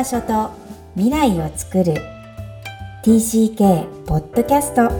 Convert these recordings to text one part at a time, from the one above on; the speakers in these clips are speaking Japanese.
場所と未来をつくる TCK ポッドキャスト。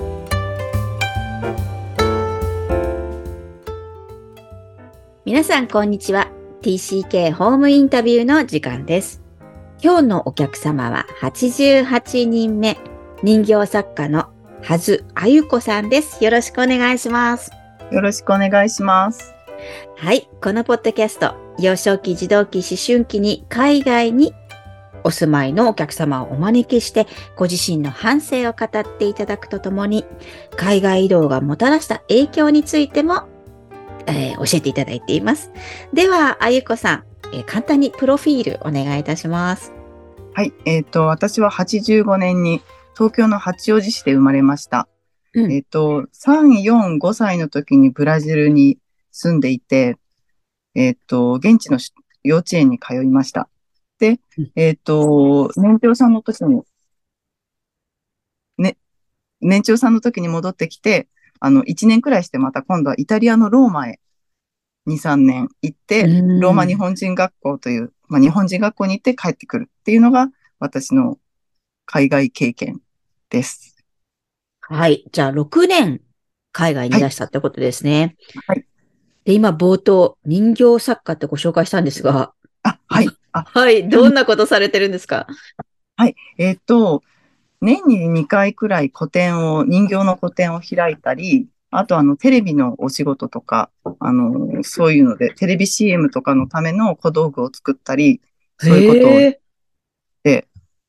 皆さんこんにちは。 TCK ホームインタビューの時間です。今日のお客様は88人目、人形作家の羽津あゆこさんです。よろしくお願いします。 よろしくお願いします。 はい、このポッドキャスト、幼少期、児童期、思春期に海外にお住まいのお客様をお招きして、ご自身の半生を語っていただくとともに、海外移動がもたらした影響についても、教えていただいています。では、あゆこさん、簡単にプロフィールお願いいたします。 はい、私は85年に東京の八王子市で生まれました。3、4、5歳の時にブラジルに住んでいて、現地の幼稚園に通いました。で、年長さんの時に、年長さんの時に戻ってきて、1年くらいしてまた今度はイタリアのローマへ2、3年行って、ローマ日本人学校という、日本人学校に行って帰ってくるっていうのが私の海外経験です。 はい。じゃあ、6年海外にいらしたってことですね。 はい。 で、今冒頭、人形作家ってご紹介したんですが。 はい。 はい。どんなことされてるんですか？ はい。年に2回くらい人形の個展を開いたり、あとテレビのお仕事とか、そういうので、テレビ CM とかのための小道具を作ったり、そういうことをで、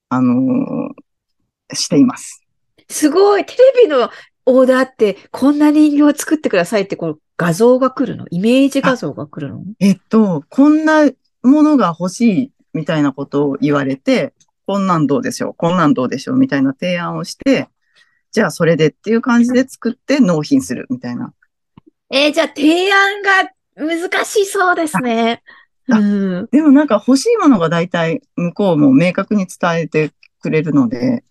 しています。 すごい。テレビのオーダーって、こんな人形を作ってくださいって、この画像が来るの？イメージ画像が来るの？ こんなものが欲しいみたいなことを言われて、こんなんどうでしょう、こんなんどうでしょうみたいな提案をして、じゃあそれでっていう感じで作って納品するみたいな。 じゃあ提案が難しそうですね。 でもなんか欲しいものが大体向こうも明確に伝えてくれるので、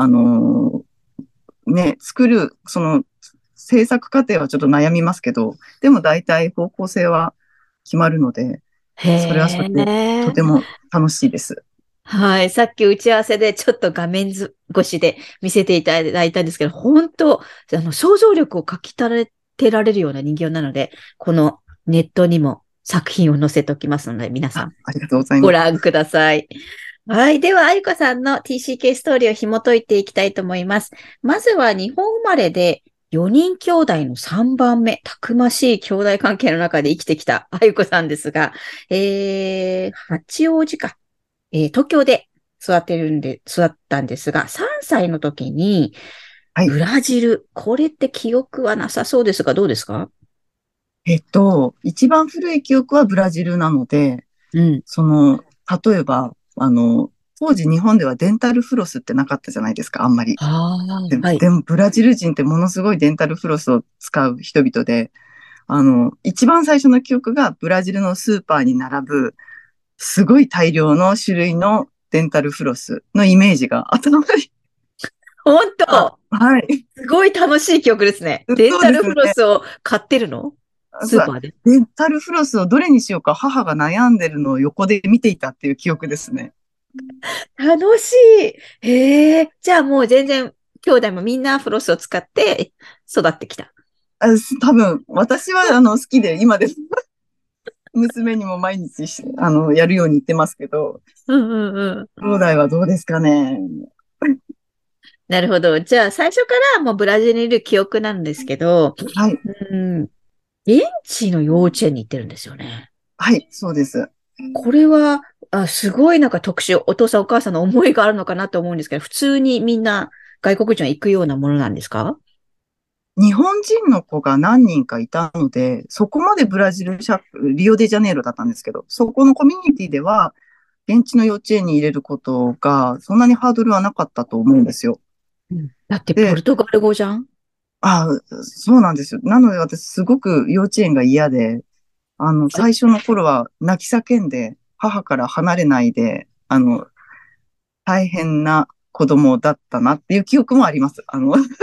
その制作過程はちょっと悩みますけど、でも大体方向性は決まるので、それはそれでとても楽しいです。 はい。さっき打ち合わせでちょっと画面越しで見せていただいたんですけど、本当、想像力をかき立てられるような人形なので、このネットにも作品を載せておきますので、皆さん、 ありがとうございます。 ご覧ください。はい。では、あゆこさんの TCK ストーリーを紐解いていきたいと思います。まずは日本生まれで4人兄弟の3番目、たくましい兄弟関係の中で生きてきたあゆこさんですが、八王子か。東京で育ったんですが、3歳の時に、ブラジル、これって記憶はなさそうですが、どうですか？ 一番古い記憶はブラジルなので、例えば、当時日本ではデンタルフロスってなかったじゃないですか、あんまり。でもブラジル人ってものすごいデンタルフロスを使う人々で、一番最初の記憶がブラジルのスーパーに並ぶ、すごい大量の種類のデンタルフロスのイメージが頭に。 本当？ はい。 すごい楽しい記憶ですね。デンタルフロスを買ってるの？スーパーで。 デンタルフロスをどれにしようか母が悩んでるのを横で見ていたっていう記憶ですね。 楽しい。じゃあもう全然兄弟もみんなフロスを使って育ってきた。 多分、私は好きで今です娘にも毎日やるように言ってますけど、兄弟はどうですかね。 なるほど。じゃあ最初からもうブラジルにいる記憶なんですけど、 はい。 現地の幼稚園に行ってるんですよね。 はい、そうです。 これは、すごいなんか特殊、お父さんお母さんの思いがあるのかなと思うんですけど、普通にみんな外国人は行くようなものなんですか？ 日本人の子が何人かいたので、そこまでリオデジャネイロだったんですけど、そこのコミュニティでは、現地の幼稚園に入れることが、そんなにハードルはなかったと思うんですよ。 だってポルトガル語じゃん？ そうなんですよ。なので私すごく幼稚園が嫌で、最初の頃は泣き叫んで、母から離れないで、大変な子供だったなっていう記憶もあります。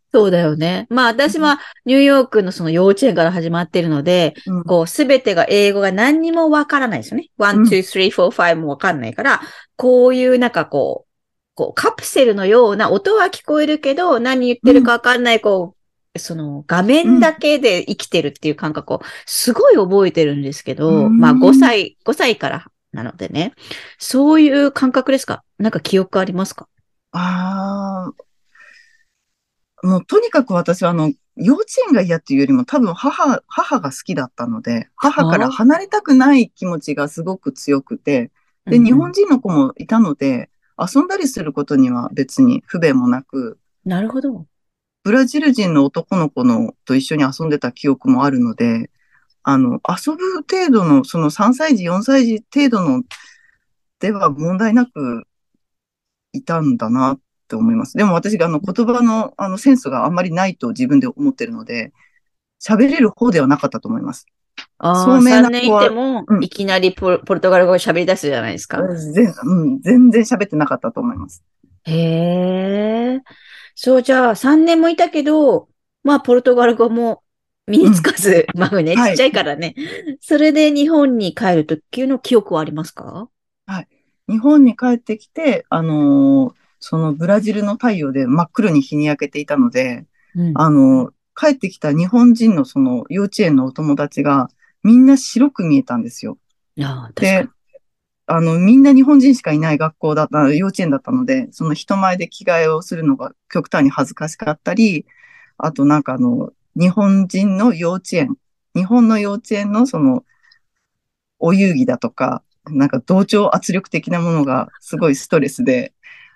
そうだよね。まあ私はニューヨークのその幼稚園から始まってるので、 うん、 こうすべてが英語が何にもわからないですよね。1、 うん、 2、3、4、5もわかんないから、こういうなんかこうカプセルのような音は聞こえるけど、何言ってるうん、 かわかんない、その画うん、 面だけで生きてるっていう感覚をすごい覚えてるんですけうど、まあん。 5歳からなのでね。そういう感覚ですか？なんか記憶ありますか？ あもうとにかく私は幼稚園が嫌っていうよりも多分母が好きだったので、母からはあ、 離れたくない気持ちがすごく強くて、で、日本うんうん。 人の子もいたので、遊んだりすることには別に不便もなく、 なるほど。 ブラジル人の男の子のと一緒に遊んでた記憶もあるので、遊ぶ程度の、その3歳児、4歳児程度のでは問題なくいたんだなって思います。でも私が言葉のセンスがあんまりないと自分で思ってるので、喋れる方ではなかったと思います。 ああ、 聡明な 3年いて子は、 も、 うん、 いきなりポルトガル語を喋り出すじゃないですか。 全然喋ってなかったと思います。 へえ。そう、じゃあ、3年もいたけど、まあ、ポルトガル語も身につうん。 かず、まあね、ちっちゃはい。 いからね。それで日本に帰るときの記憶はありますか？ はい。日本に帰ってきて、そのブラジルの太陽で真っ黒に日に焼けていたので、 うん。 帰ってきた日本人のその幼稚園のお友達がみんな白く見えたんですよ。 ああ、確かで、 に。 みんな日本人しかいない学校だった、幼稚園だったので、その人前で着替えをするのが極端に恥ずかしかったり、あとなんか日本人の幼稚園、日本の幼稚園のそのお遊戯だとか、なんか同調圧力的なものがすごいストレスで、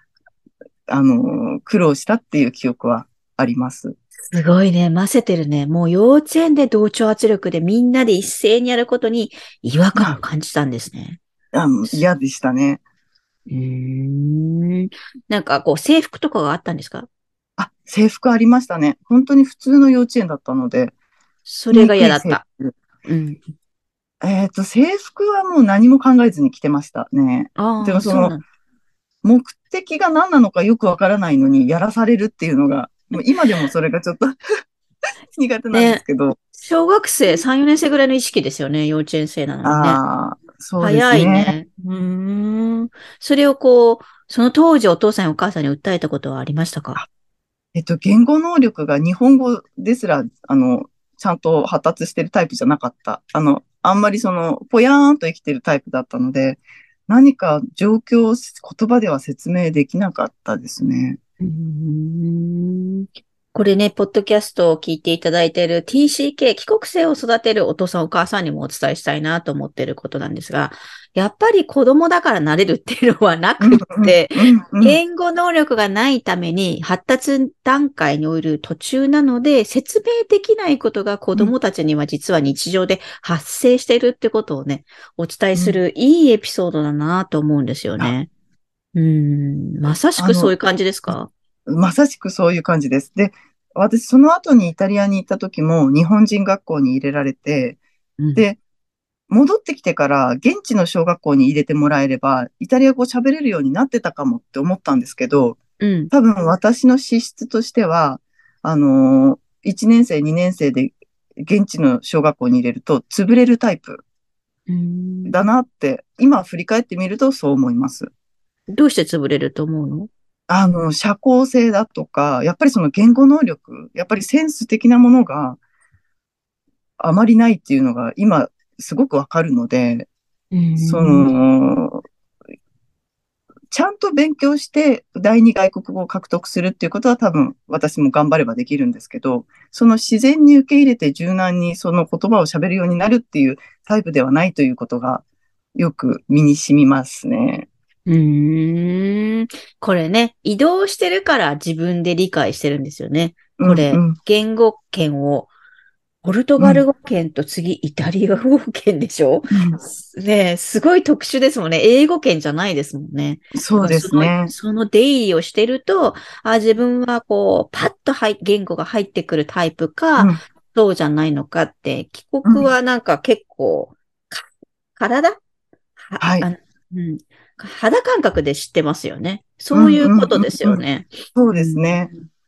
苦労したっていう記憶はあります。 すごいね。混ぜてるね。もう幼稚園で同調圧力でみんなで一斉にやることに違和感を感じたんですね。 嫌でしたね。 うーん。なんか制服とかがあったんですか？ あ、制服ありましたね。本当に普通の幼稚園だったので、着それがにくい制嫌だった。 服。 うん。 制服はもう何も考えずに着てましたね。でああ、 もその、 そうなん。 目的が何なのかよくわからないのにやらされるっていうのが、もう今でもそれがちょっと苦手なんですね。 けど、 小学生、3、4年生ぐらいの意識ですよね。幼稚園生なのにね。 ああ、そうです早いね。 ね。うーん。それをその当時お父さんやお母さんに訴えたことはありましたか？ 言語能力が日本語ですら、ちゃんと発達してるタイプじゃなかった。あんまりぽやーんと生きてるタイプだったので、何か状況を言葉では説明できなかったですね。 うーん。これね、ポッドキャストを聞いていただいている TCK、帰国生を育てるお父さんお母さんにもお伝えしたいなと思っていることなんですが、やっぱり子供だからなれるっていうのはなうん、 くっうん、 て、 うん、うん、 言語能力がないために発達段階においる途中なので、説明できないことが子うん、 供たちには実は日常で発生しているってことをね、お伝えうん。 するいいエピソードだなと思うんですよあ、 ね。まさしくそういう感じですか？ まさしくそういう感じです。で、私、その後にイタリアに行った時も日本人学校に入れられて、 うん。 で、戻ってきてから現地の小学校に入れてもらえれば、イタリア語喋れるようになってたかもって思ったんですけど、 うん。 多分私の資質としては、1年生、2年生で現地の小学校に入れると潰れるタイプうーん。 だなって、今振り返ってみるとそう思います。 どうして潰れると思うの？ 社交性だとか、やっぱりその言語能力、やっぱりセンス的なものがあまりないっていうのが今すごくわかるので、 うーそん。 の、ちゃんと勉強して第二外国語を獲得するっていうことは多分私も頑張ればできるんですけど、その自然に受け入れて柔軟にその言葉を喋るようになるっていうタイプではないということがよく身に染みますね。 うーん。これね、移動してるから自分で理解してるんですよね。 うんうこれ、 ん言語圏を、ポルトうんガル語圏と次イタリア語圏でしょ？ うん。 ねえ、すごい特殊ですもんね。英語圏じゃないですもんね。だそうでからすね。 その出入りをしてると、自分はパッと言語が入ってくるタイプか、 うんそうじゃないのかって、帰国うんはなんか結構、体は、 はい。 うん。肌感覚で知ってますよね。 うんそういううんことですうんうん。 よね。 そううん。 ですね。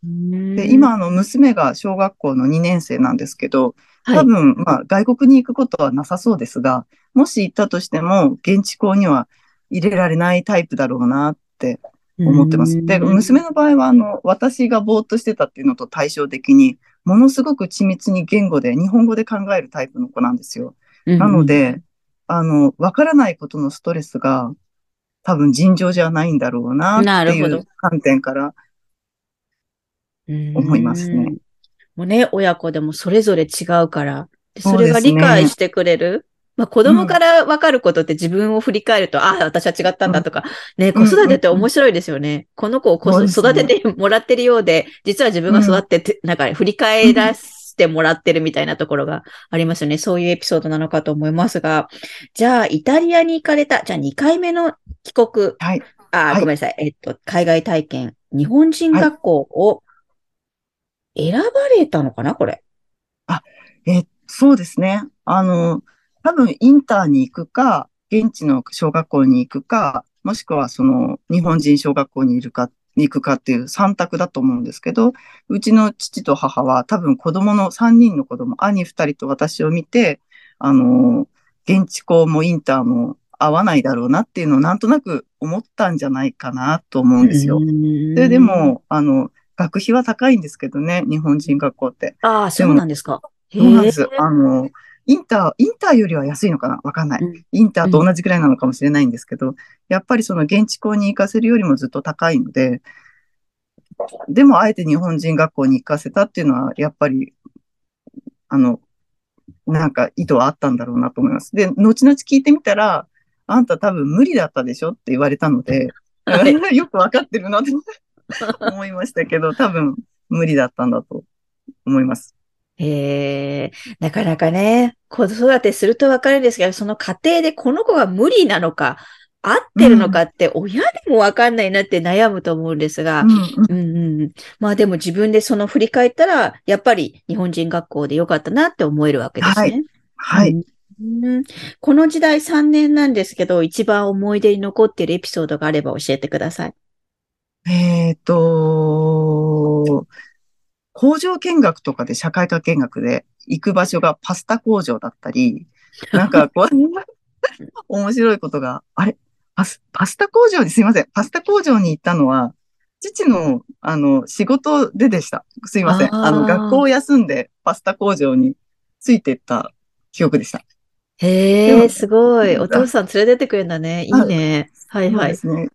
で、今、娘が小学校の2年生なんですけど、 はい。 多分、まあ、外国に行くことはなさそうですが、もし行ったとしても、現地校には入れられないタイプだろうなってう思ってます。で、 ーん。 娘の場合は、私がぼーっとしてたっていうのと対照的に、ものすごく緻密に言語で、日本語で考えるタイプの子なんですよ。なうんうので、わからないことのストレスが多分尋常じゃないんだろうなん。 っなるほど。 ていう観点からう思いますーん。 ね。 もうね、親子でもそれぞれ違うから、でそそうでれが理解すね。 してくれる。まあ子うん、 供からわかることって自分を振り返ると、ああ、私は違ったんうん、 だとか、ね、 うん、 子育てってうん。 面白いですよね。この子をそうですね。 育ててもらってるようで、実は自分が育うん、 ってて、なんか振りうん。 返らせてもらってるみたいなところがありますよね。そういうエピソードなのかと思いますが、じゃあ、イタリアに行かれた、じゃあ2回目の帰国、 はい、 あー、 はい、 ごめんなさい、海外体験、日本人はい。 学校を選ばれたのかな、これ。 あ、そうですね。多分インターに行くか、現地の小学校に行くか、もしくはその日本人小学校にいるか、に行くかっていう3択だと思うんですけど、うちの父と母は多分子供の3人の子供、兄2人と私を見て、あの、現地校もインターも合わないだろうなっていうのをなんとなく思ったんじゃないかなと思ううんですよ。で、でーん。 も、学費は高いんですけどね、日本人学校って。 ああ、そうなでも、 んですか。へえ。 そうなんです。インターよりは安いのかなわかんない。 うん。 インターうん。 と同じくらいなのかもしれないんですけど、やっぱりその現地校に行かせるよりもずっと高いので、でもあえて日本人学校に行かせたっていうのは、やっぱり、あの、なんか意図はあったんだろうなと思います。で、後々聞いてみたら、あんた多分無理だったでしょって言われたので、 はい。 よくわかってるなと思いましたけど、多分無理だったんだと思います。 へえ。なかなかね、子育てするとわかるんですけど、その過程でこの子が無理なのか、合ってるのかうん、 って親でもわかんないなって悩むと思うんですが、 うん、うん。 うんうんうん。まあでも自分でその振り返ったら、やっぱり日本人学校でよかったなって思えるわけですはい、 ね。うはい。 ん。うん、この時代3年なんですけど、一番思い出に残っているエピソードがあれば教えてください。 えっと、工場見学とかで社会科見学で行く場所がパスタ工場だったり、なんかこう、面白いことが、あれパスタ工場に、すいません。パスタ工場に行ったのは、父の、仕事ででした。すいません。学校ああ、 を休んでパスタ工場についていった記憶でした。でへえ、 も、 すごい。お父あ、 さん連れてってくれるんだね。いいあね。はいそうはい。 ですね。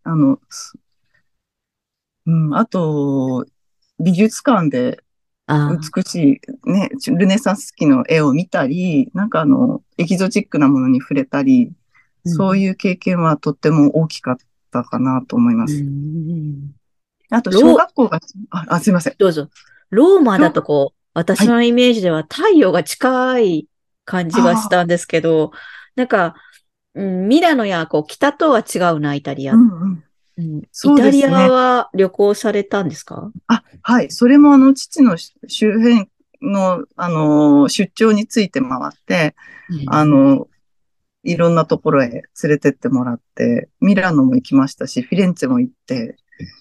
うん、あと、美術館でああ、 美しいね、ルネサンス期の絵を見たり、なんかエキゾチックなものに触れたり、 うん、 そういう経験はとっても大きかったかなと思いまうす。 ん。 あと、小ロー、 学校が、すいません。 どうぞ。ローマだ小学、 とこう、私はい。 のイメージでは太陽が近い感じがしああ、 たんですけど、なんか、うん、ミラノやこう北とは違うな、イタリア。 うんうん。 うん、イそうタリアですね。 は旅行されたんですか？ はい。それも父の周辺の、出張について回って、 うん。 あの、いろんなところへ連れてってもらって、ミラノも行きましたし、フィレンツェも行って、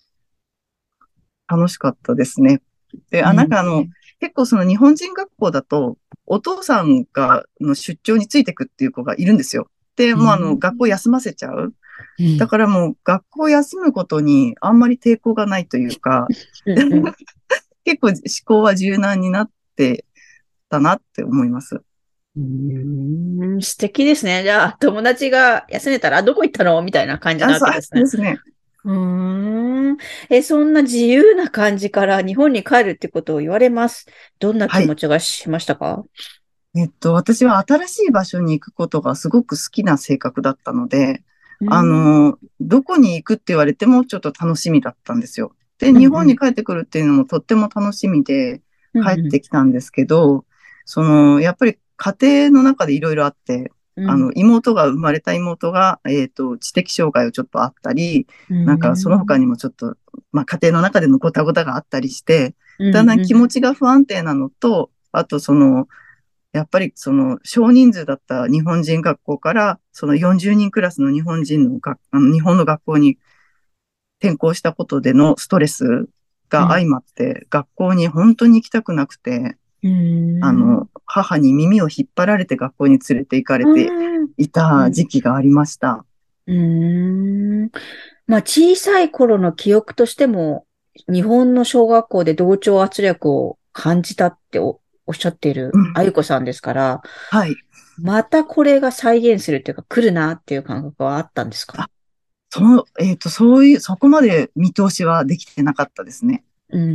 楽しかったですね。で、 うん。 結構その日本人学校だと、お父さんの出張についてくっていう子がいるんですよ。で、もううん。 学校休ませちゃう。 うん。 だからもう学校休むことにあんまり抵抗がないというか、 うん。うん。 結構思考は柔軟になってたなって思います。 うーん、素敵ですね。じゃあ、友達が休んでたら、どこ行ったのみたいな感じなわそうけですね。 ですね。 うーん。そんな自由な感じから日本に帰るってことを言われます。どんなはい。 気持ちがしましたか？ 私は新しい場所に行くことがすごく好きな性格だったので、 うーん。 どこに行くって言われてもちょっと楽しみだったんですよ。で、 うん。 日本にうん。 帰ってくるっていうのもとっても楽しみでうん。 帰っうん。 てきたんですけど、やっぱり家庭の中でいろいろあって、 うん。 生まれた妹が、知的障害をちょっとあったり、 うなんかその他ん。 にもちょっと、まあ家庭の中でのごたごたがあったりして、 うん。 だんだん気うん。 持ちが不安定なのと、あとやっぱり少人数だった日本人学校から、その40人クラスの日本の学校に転校したことでのストレス。 が相まって、学校に本当に行きたくなくて、母に耳を引っ張られて学校に連れて行かれていた時期がありました。 まあ、小さい頃の記憶としても、日本の小学校で同調圧力を感じたっておっしゃっているあゆこさんですから、 はい。 またこれが再現するっていうか、来るなっていう感覚はあったんですか？ そこまで見通しはできてなかったですね。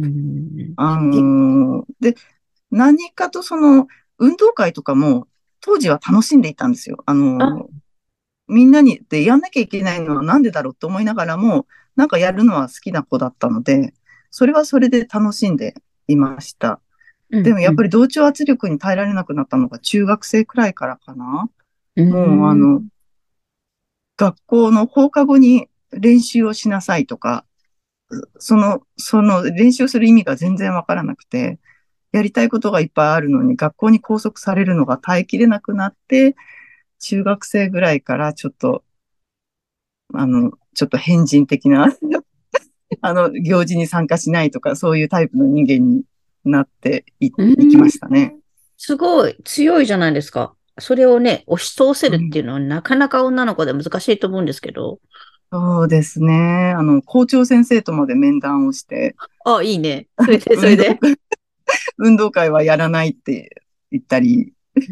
で、何かと運動会とかも、当時は楽しんでいたんですよ。みんなでやんなきゃいけないのはなんでだろうと思いながらも、なんかやるのは好きな子だったので、それはそれで楽しんでいました。でもやっぱり同調圧力に耐えられなくなったのが中学生くらいからかな。もう学校の放課後に練習をしなさいとか、その練習する意味が全然わからなくて、やりたいことがいっぱいあるのに学校に拘束されるのが耐えきれなくなって、中学生ぐらいからちょっと変人的な行事に参加しないとか、そういうタイプの人間になっていきましたね。 すごい強いじゃないですか。それをね、押し通せるっていうのはなかなか女の子で難しいと思うんですけど。 そうですね。校長先生とまで面談をして、 あ、いいね。それで、それで。 運動会はやらないって言ったり、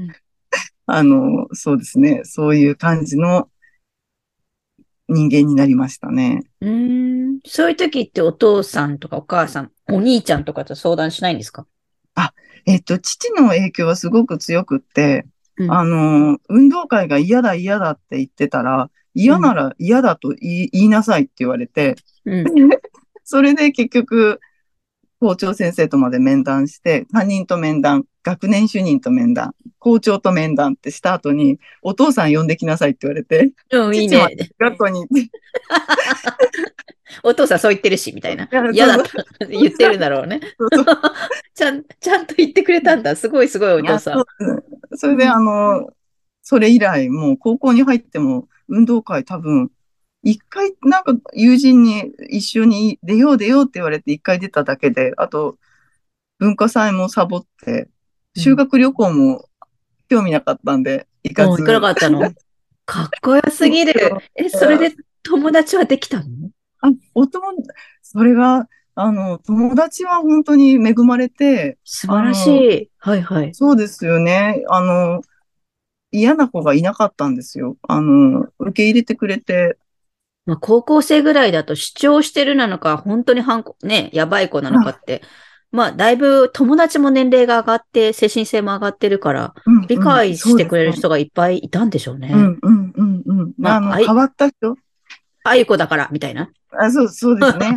そうですね。そういう感じの人間になりましたね。 そういう時ってお父さんとかお母さん、お兄ちゃんとかと相談しないんですか？ 父の影響はすごく強くって、運動会が嫌だ嫌だって言ってたら、嫌なら嫌だと言いなさいって言われて、それで結局、校長先生とまで面談して、担任と面談、学年主任と面談、校長と面談ってした後に、お父さん呼んできなさいって言われて、 いいね。 学校に行って。 お父さんそう言ってるし、みたいな。嫌だと言ってるんだろうね。ちゃんと言ってくれたんだ。すごいすごいお父さん。 それで、それ以来、もう高校に入っても運動会多分、一回なんか友人に一緒に出よう出ようって言われて一回出ただけで、あと文化祭もサボって、修学旅行も興味なかったんで、行かず。 行かなかったの？かっこよすぎる。それで友達はできたの？ それが、友達は本当に恵まれて、 素晴らしい。はいはい。 そうですよね。嫌な子がいなかったんですよ。受け入れてくれて。 まあ、高校生ぐらいだと主張してるなのか、本当にね、やばい子なのかって。まあ、だいぶ友達も年齢が上がって、精神性も上がってるから、理解してくれる人がいっぱいいたんでしょうね。 まあ、変わった人。 ああいう子だから、みたいな。 そうですね。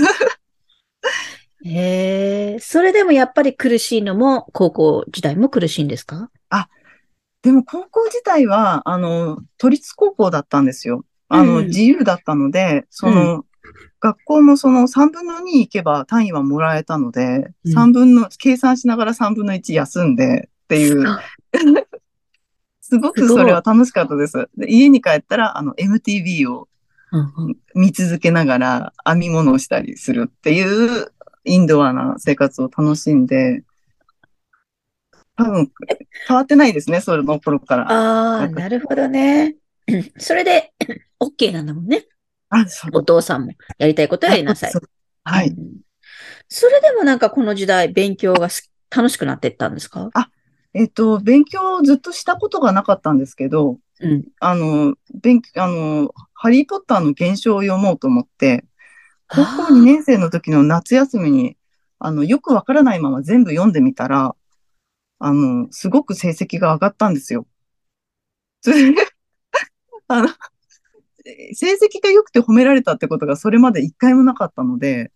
それでもやっぱり苦しいのも、高校時代も苦しいんですか？ でも高校自体は、都立高校だったんですよ。自由だったので、学校もその3分の2行けば単位はもらえたので、計算しながら3分の1休んでっていう、すごくそれは楽しかったです。で家に帰ったら、MTV を見続けながら編み物をしたりするっていうインドアな生活を楽しんで、多分変わってないですね、その頃から。 ああ、なるほどね。それで OK なんだもんね。お父さんもやりたいことやりなさい。 はい。 それでもなんかこの時代勉強が楽しくなっていったんですか？ 勉強をずっとしたことがなかったんですけど、ハリー・ポッターの原書を読もうと思って、高校2年生の時の夏休みに、よくわからないまま全部読んでみたら、すごく成績が上がったんですよ。それで、あの、成績が良くて褒められたってことがそれまで一回もなかったので、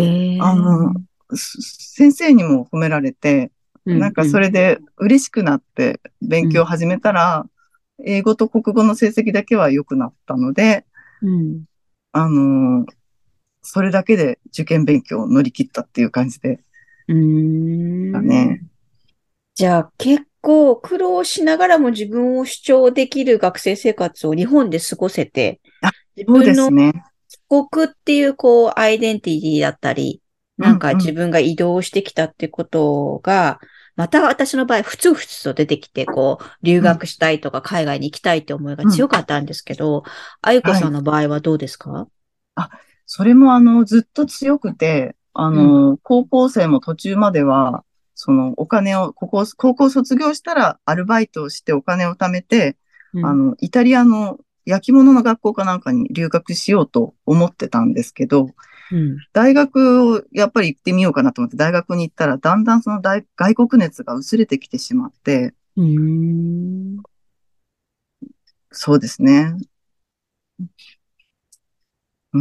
先生にも褒められて、なんかそれで嬉しくなって勉強を始めたら、英語と国語の成績だけは良くなったので、それだけで受験勉強を乗り切ったっていう感じで。だね。 じゃあ結構苦労しながらも自分を主張できる学生生活を日本で過ごせて、自分の帰国っていうアイデンティティだったり、 なんか自分が移動してきたってことが、また私の場合、ふつふつと出てきて、こう、留学したいとか海外に行きたいって思いが強かったんですけど、あゆこさんの場合はどうですか？ それもずっと強くて、高校生も途中までは、お金を、高校卒業したらアルバイトをしてお金を貯めて、イタリアの焼き物の学校かなんかに留学しようと思ってたんですけど、大学をやっぱり行ってみようかなと思って大学に行ったら、だんだん外国熱が薄れてきてしまって、そうですね。うん。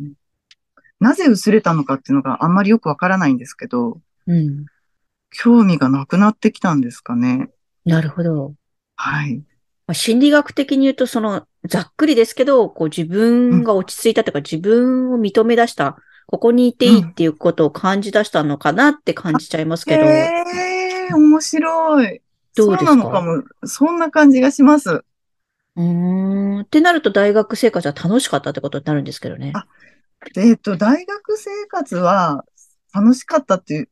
なぜ薄れたのかっていうのがあんまりよくわからないんですけど、興味がなくなってきたんですかね。 なるほど。 はい。 心理学的に言うと、ざっくりですけど、こう自分が落ち着いたというか、自分を認め出した、ここにいていいっていうことを感じ出したのかなって感じちゃいますけど。 面白い。 どうそうですか？ なのかも。そんな感じがします。 ってなると大学生活は楽しかったってことになるんですけどね。 大学生活は楽しかったっていう、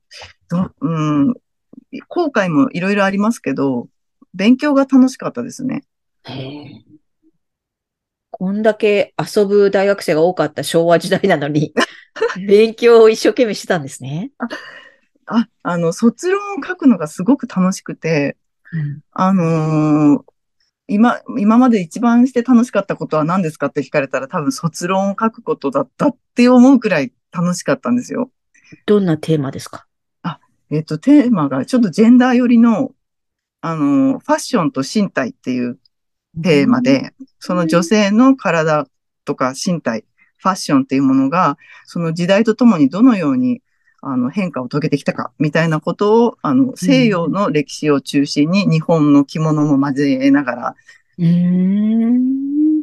後悔もいろいろありますけど、勉強が楽しかったですね。 へえ。こんだけ遊ぶ大学生が多かった昭和時代なのに、勉強を一生懸命してたんですね。 卒論を書くのがすごく楽しくて、 うん、 あのー今まで一番して楽しかったことは何ですかって聞かれたら多分卒論を書くことだったって思うくらい楽しかったんですよ。 どんなテーマですか？ あ、テーマがちょっとジェンダー寄りの、ファッションと身体っていううテーマん、 で、その女性の体とか身体、ファッションっていうものが、その時代とともにどのように変化を遂げてきたか、みたいなことを、西洋の歴史を中心に日本の着物も交えながらうん。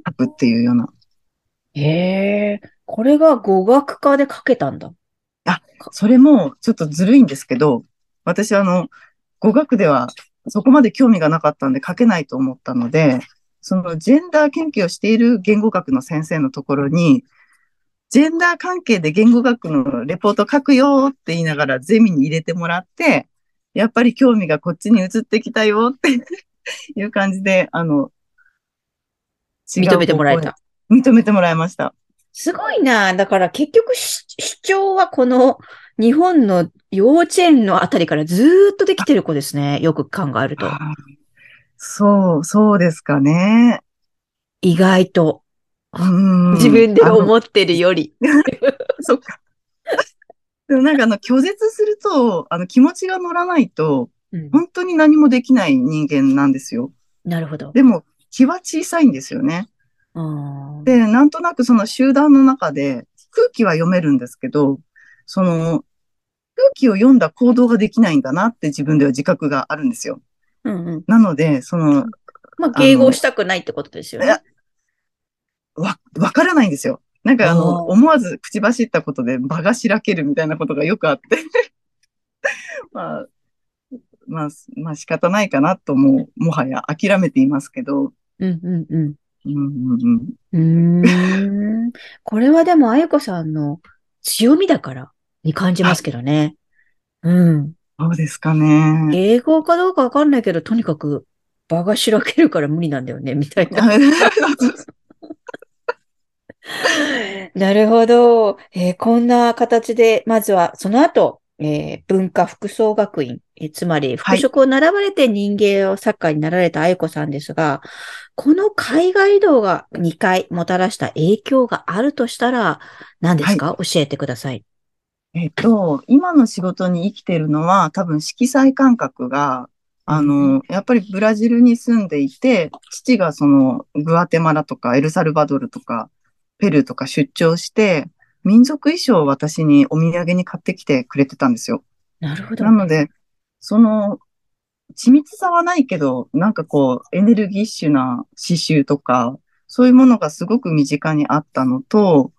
書くっていうような。 へえ、これが語学科で書けたんだ。 あ、それもちょっとずるいんですけど、私語学ではそこまで興味がなかったんで書けないと思ったので、そのジェンダー研究をしている言語学の先生のところに、ジェンダー関係で言語学のレポート書くよって言いながらゼミに入れてもらって、やっぱり興味がこっちに移ってきたよっていう感じで、違認めてう方向へもらえた。 認めてもらいました。 すごいな。だから結局主張はこの日本の幼稚園のあたりからずーっとできてる子ですね。よく考えると。 そうですかね。 意外と。 うん、 自分で思ってるより。 そっか。でもなんか拒絶すると、気持ちが乗らないと、 うん、 本当に何もできない人間なんですよ。 なるほど。 でも、気は小さいんですよね。で、なんとなくその集団の中で空気は読めるんですけど、その空気を読んだ行動ができないんだなって自分では自覚があるんですよ。 うんうん。 なので、 まあ、迎合あの、 したくないってことですよね。 いやわからないんですよ。なんか思わず口走ったことで場がしらけるみたいなことがよくあってまあ、まあ仕方ないかなともはや諦めていますけど。 うんうんうん。 うんうんうーん。これはでも、あゆこさんの強みだからに感じますけどね。うん。 そうですかね。 英語かどうかわかんないけど、とにかく場がしらけるから無理なんだよね、みたいな。なるほど。こんな形で、まずはその後、文化服装学院、つまり服はい。 飾を習われて人間作家になられた愛子さんですが、この海外移動が2回もたらした影響があるとしたら何ではい。 すか？教えてください。 今の仕事に生きてるのは多分色彩感覚が、 うん、 やっぱりブラジルに住んでいて、父がグアテマラとかエルサルバドルとか、ペルーとか出張して、民族衣装を私にお土産に買ってきてくれてたんですよ。 なるほど。 なので、その、緻密さはないけど、なんかこう、エネルギッシュな刺繍とか、そういうものがすごく身近にあったのと、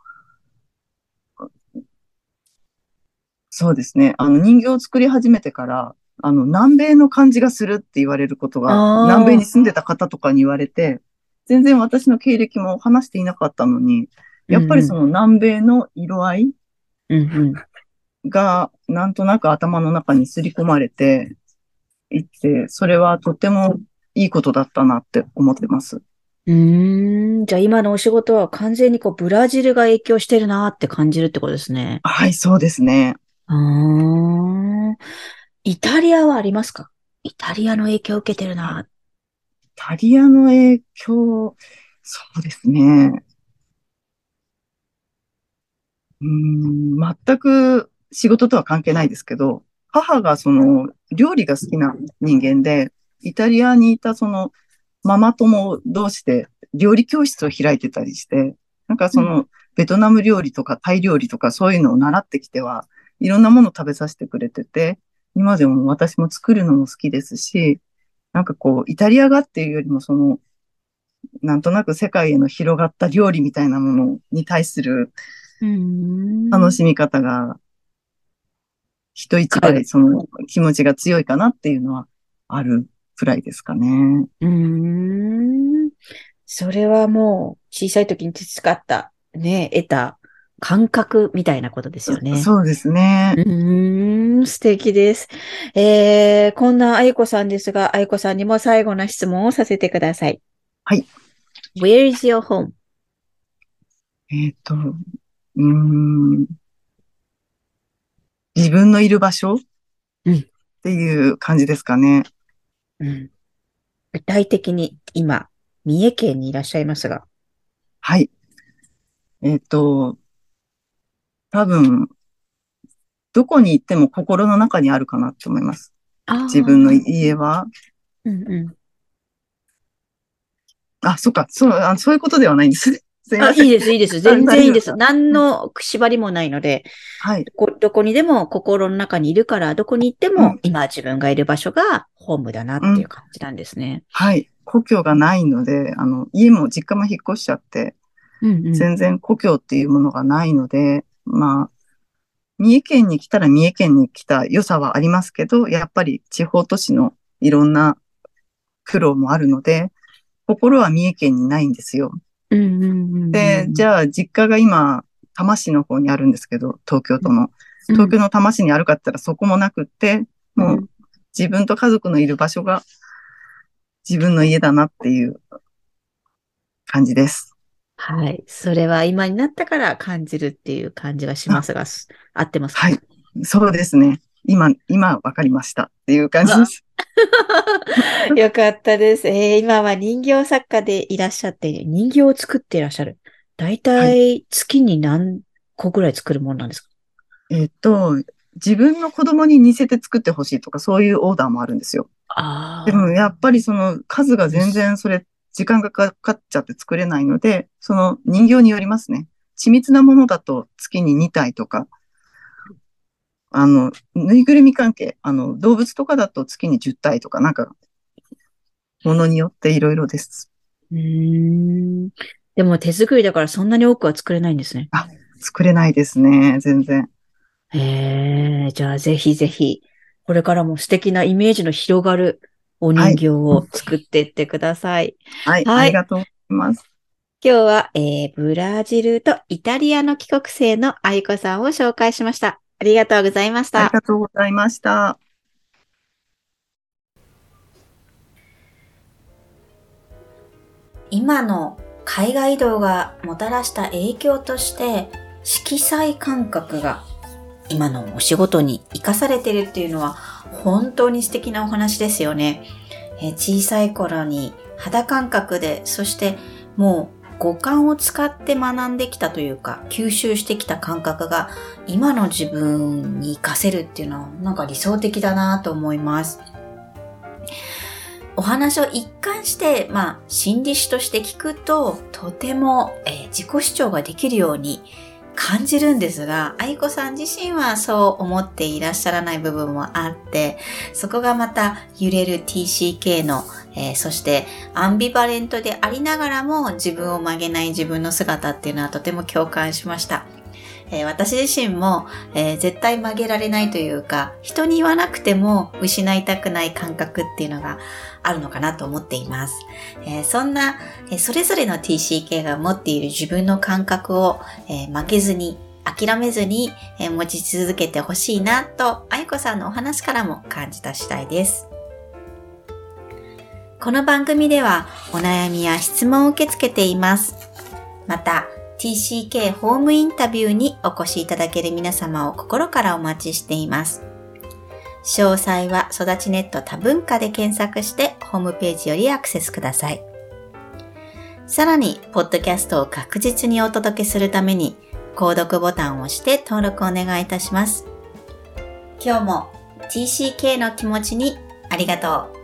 そうですね。人形を作り始めてから、南米の感じがするって言われることが、南米にああ、 住んでた方とかに言われて、全然私の経歴も話していなかったのに、やっぱりうんうん、 その南米の色合いうんうん。 がなんとなく頭の中に刷り込まれていって、それはとてもいいことだったなって思ってます。 じゃあ今のお仕事は完全にこうブラジルが影響してるなって感じるってことですね。 はい、そうですね。 うーん。イタリアはありますか？イタリアの影響を受けてるイな。 タリアの影響、そうですね。全く仕事とは関係ないですけど、母が料理が好きな人間で、イタリアにいたママ友同士で料理教室を開いてたりして、なんかうん。 ベトナム料理とかタイ料理とかそういうのを習ってきては、いろんなものを食べさせてくれてて、今でも私も作るのも好きですし、なんかこう、イタリアがっていうよりもなんとなく世界への広がった料理みたいなものに対するうーん。 楽しみ方が人一海外。 倍気持ちが強いかなっていうのはあるくらいですかね。 うーん。それはもう小さい時に培った、ね、得た感覚みたいなことですよね。 そうですね。 素敵です。こんなあゆこさんですが、あゆこさんにも最後の質問をさせてください。 はい。 Where is your home? ん、自分のいる場所っうん。 ていう感じですかね。 うん。具体的に今、三重県にいらっしゃいますが。 はい。えっと、多分、どこに行っても心の中にあるかなって思います。 あ自分のあ、 家は。 うんうん。 あ、そっか、そういうことではないんです。すいあ、 ません。 いいです、いいです。 あ、 全然いいです。 大丈夫ですか？ 何うん。 の縛りもないので、 はい。 どこにでも心の中にいるから、どこに行ってもうん。 今自分がいる場所がホームだなっていううん。 感じなんですね。 はい。故郷がないので、家も実家も引っ越しちゃって、 うんうん。 全然故郷っていうものがないので、まあ、三重県に来たら三重県に来た良さはありますけど、やっぱり地方都市のいろんな苦労もあるので、心は三重県にないんですよ。 うんうんうんうで、じんゃあ実家が今、多摩市の方にあるんですけど、東京都の。 うん東京の多摩市にあるかって言ったらそこもなくって、もううん。 自分と家族のいる場所が自分の家だなっていう感じです。 はい。それは今になったから感じるっていう感じがしまあ、 すが、合ってますか？ はい。そうですね。今わかりましたっていう感じであす。 よかったです。今は人形作家でいらっしゃって、人形を作っていらっしゃる。だいはい。 たい月に何個ぐらい作るもんなんですか？ えっと、自分の子供に似せて作ってほしいとか、そういうオーダーもあるんですよ。でも、 ああやっぱりその数がー、 全然時間がかかっちゃって作れないので、その人形によりますね。緻密なものだと月に2体とか、ぬいぐるみ関係、動物とかだと月に10体とか、なんか、ものによっていろいろです。 うーん。でも手作りだからそんなに多くは作れないんですね。 あ、作れないですね、全然。 じゃあぜひぜひ、これからも素敵なイメージの広がるおはい。 人形を作っていってください。 はい、あはい。 りがとうございます。 今日は、ブラジルとイタリアの帰国生の愛子さんを紹介しました。ありがとうございました。 ありがとうございました。 今の海外移動がもたらした影響として、色彩感覚が今のお仕事に活かされているっていうのは本当に素敵なお話ですよね。小さい頃に肌感覚で、そしてもう五感を使って学んできたというか、吸収してきた感覚が今の自分に活かせるっていうのはなんか理想的だなと思います。お話を一貫して、心理師として聞くと、とても、自己主張ができるように感じるんですが、愛子さん自身はそう思っていらっしゃらない部分もあって、そこがまた揺れる TCK の、そしてアンビバレントでありながらも自分を曲げない自分の姿っていうのはとても共感しました。私自身も、絶対曲げられないというか、人に言わなくても失いたくない感覚っていうのがあるのかなと思っています。そんな、それぞれの TCK が持っている自分の感覚を、曲げずに諦めずに持ち続けてほしいなと、あゆこさんのお話からも感じた次第です。この番組ではお悩みや質問を受け付けています。また、TCK ホームインタビューにお越しいただける皆様を心からお待ちしています。詳細は育ちネット多文化で検索してホームページよりアクセスください。さらに、ポッドキャストを確実にお届けするために、購読ボタンを押して登録お願いいたします。今日も TCK の気持ちにありがとう。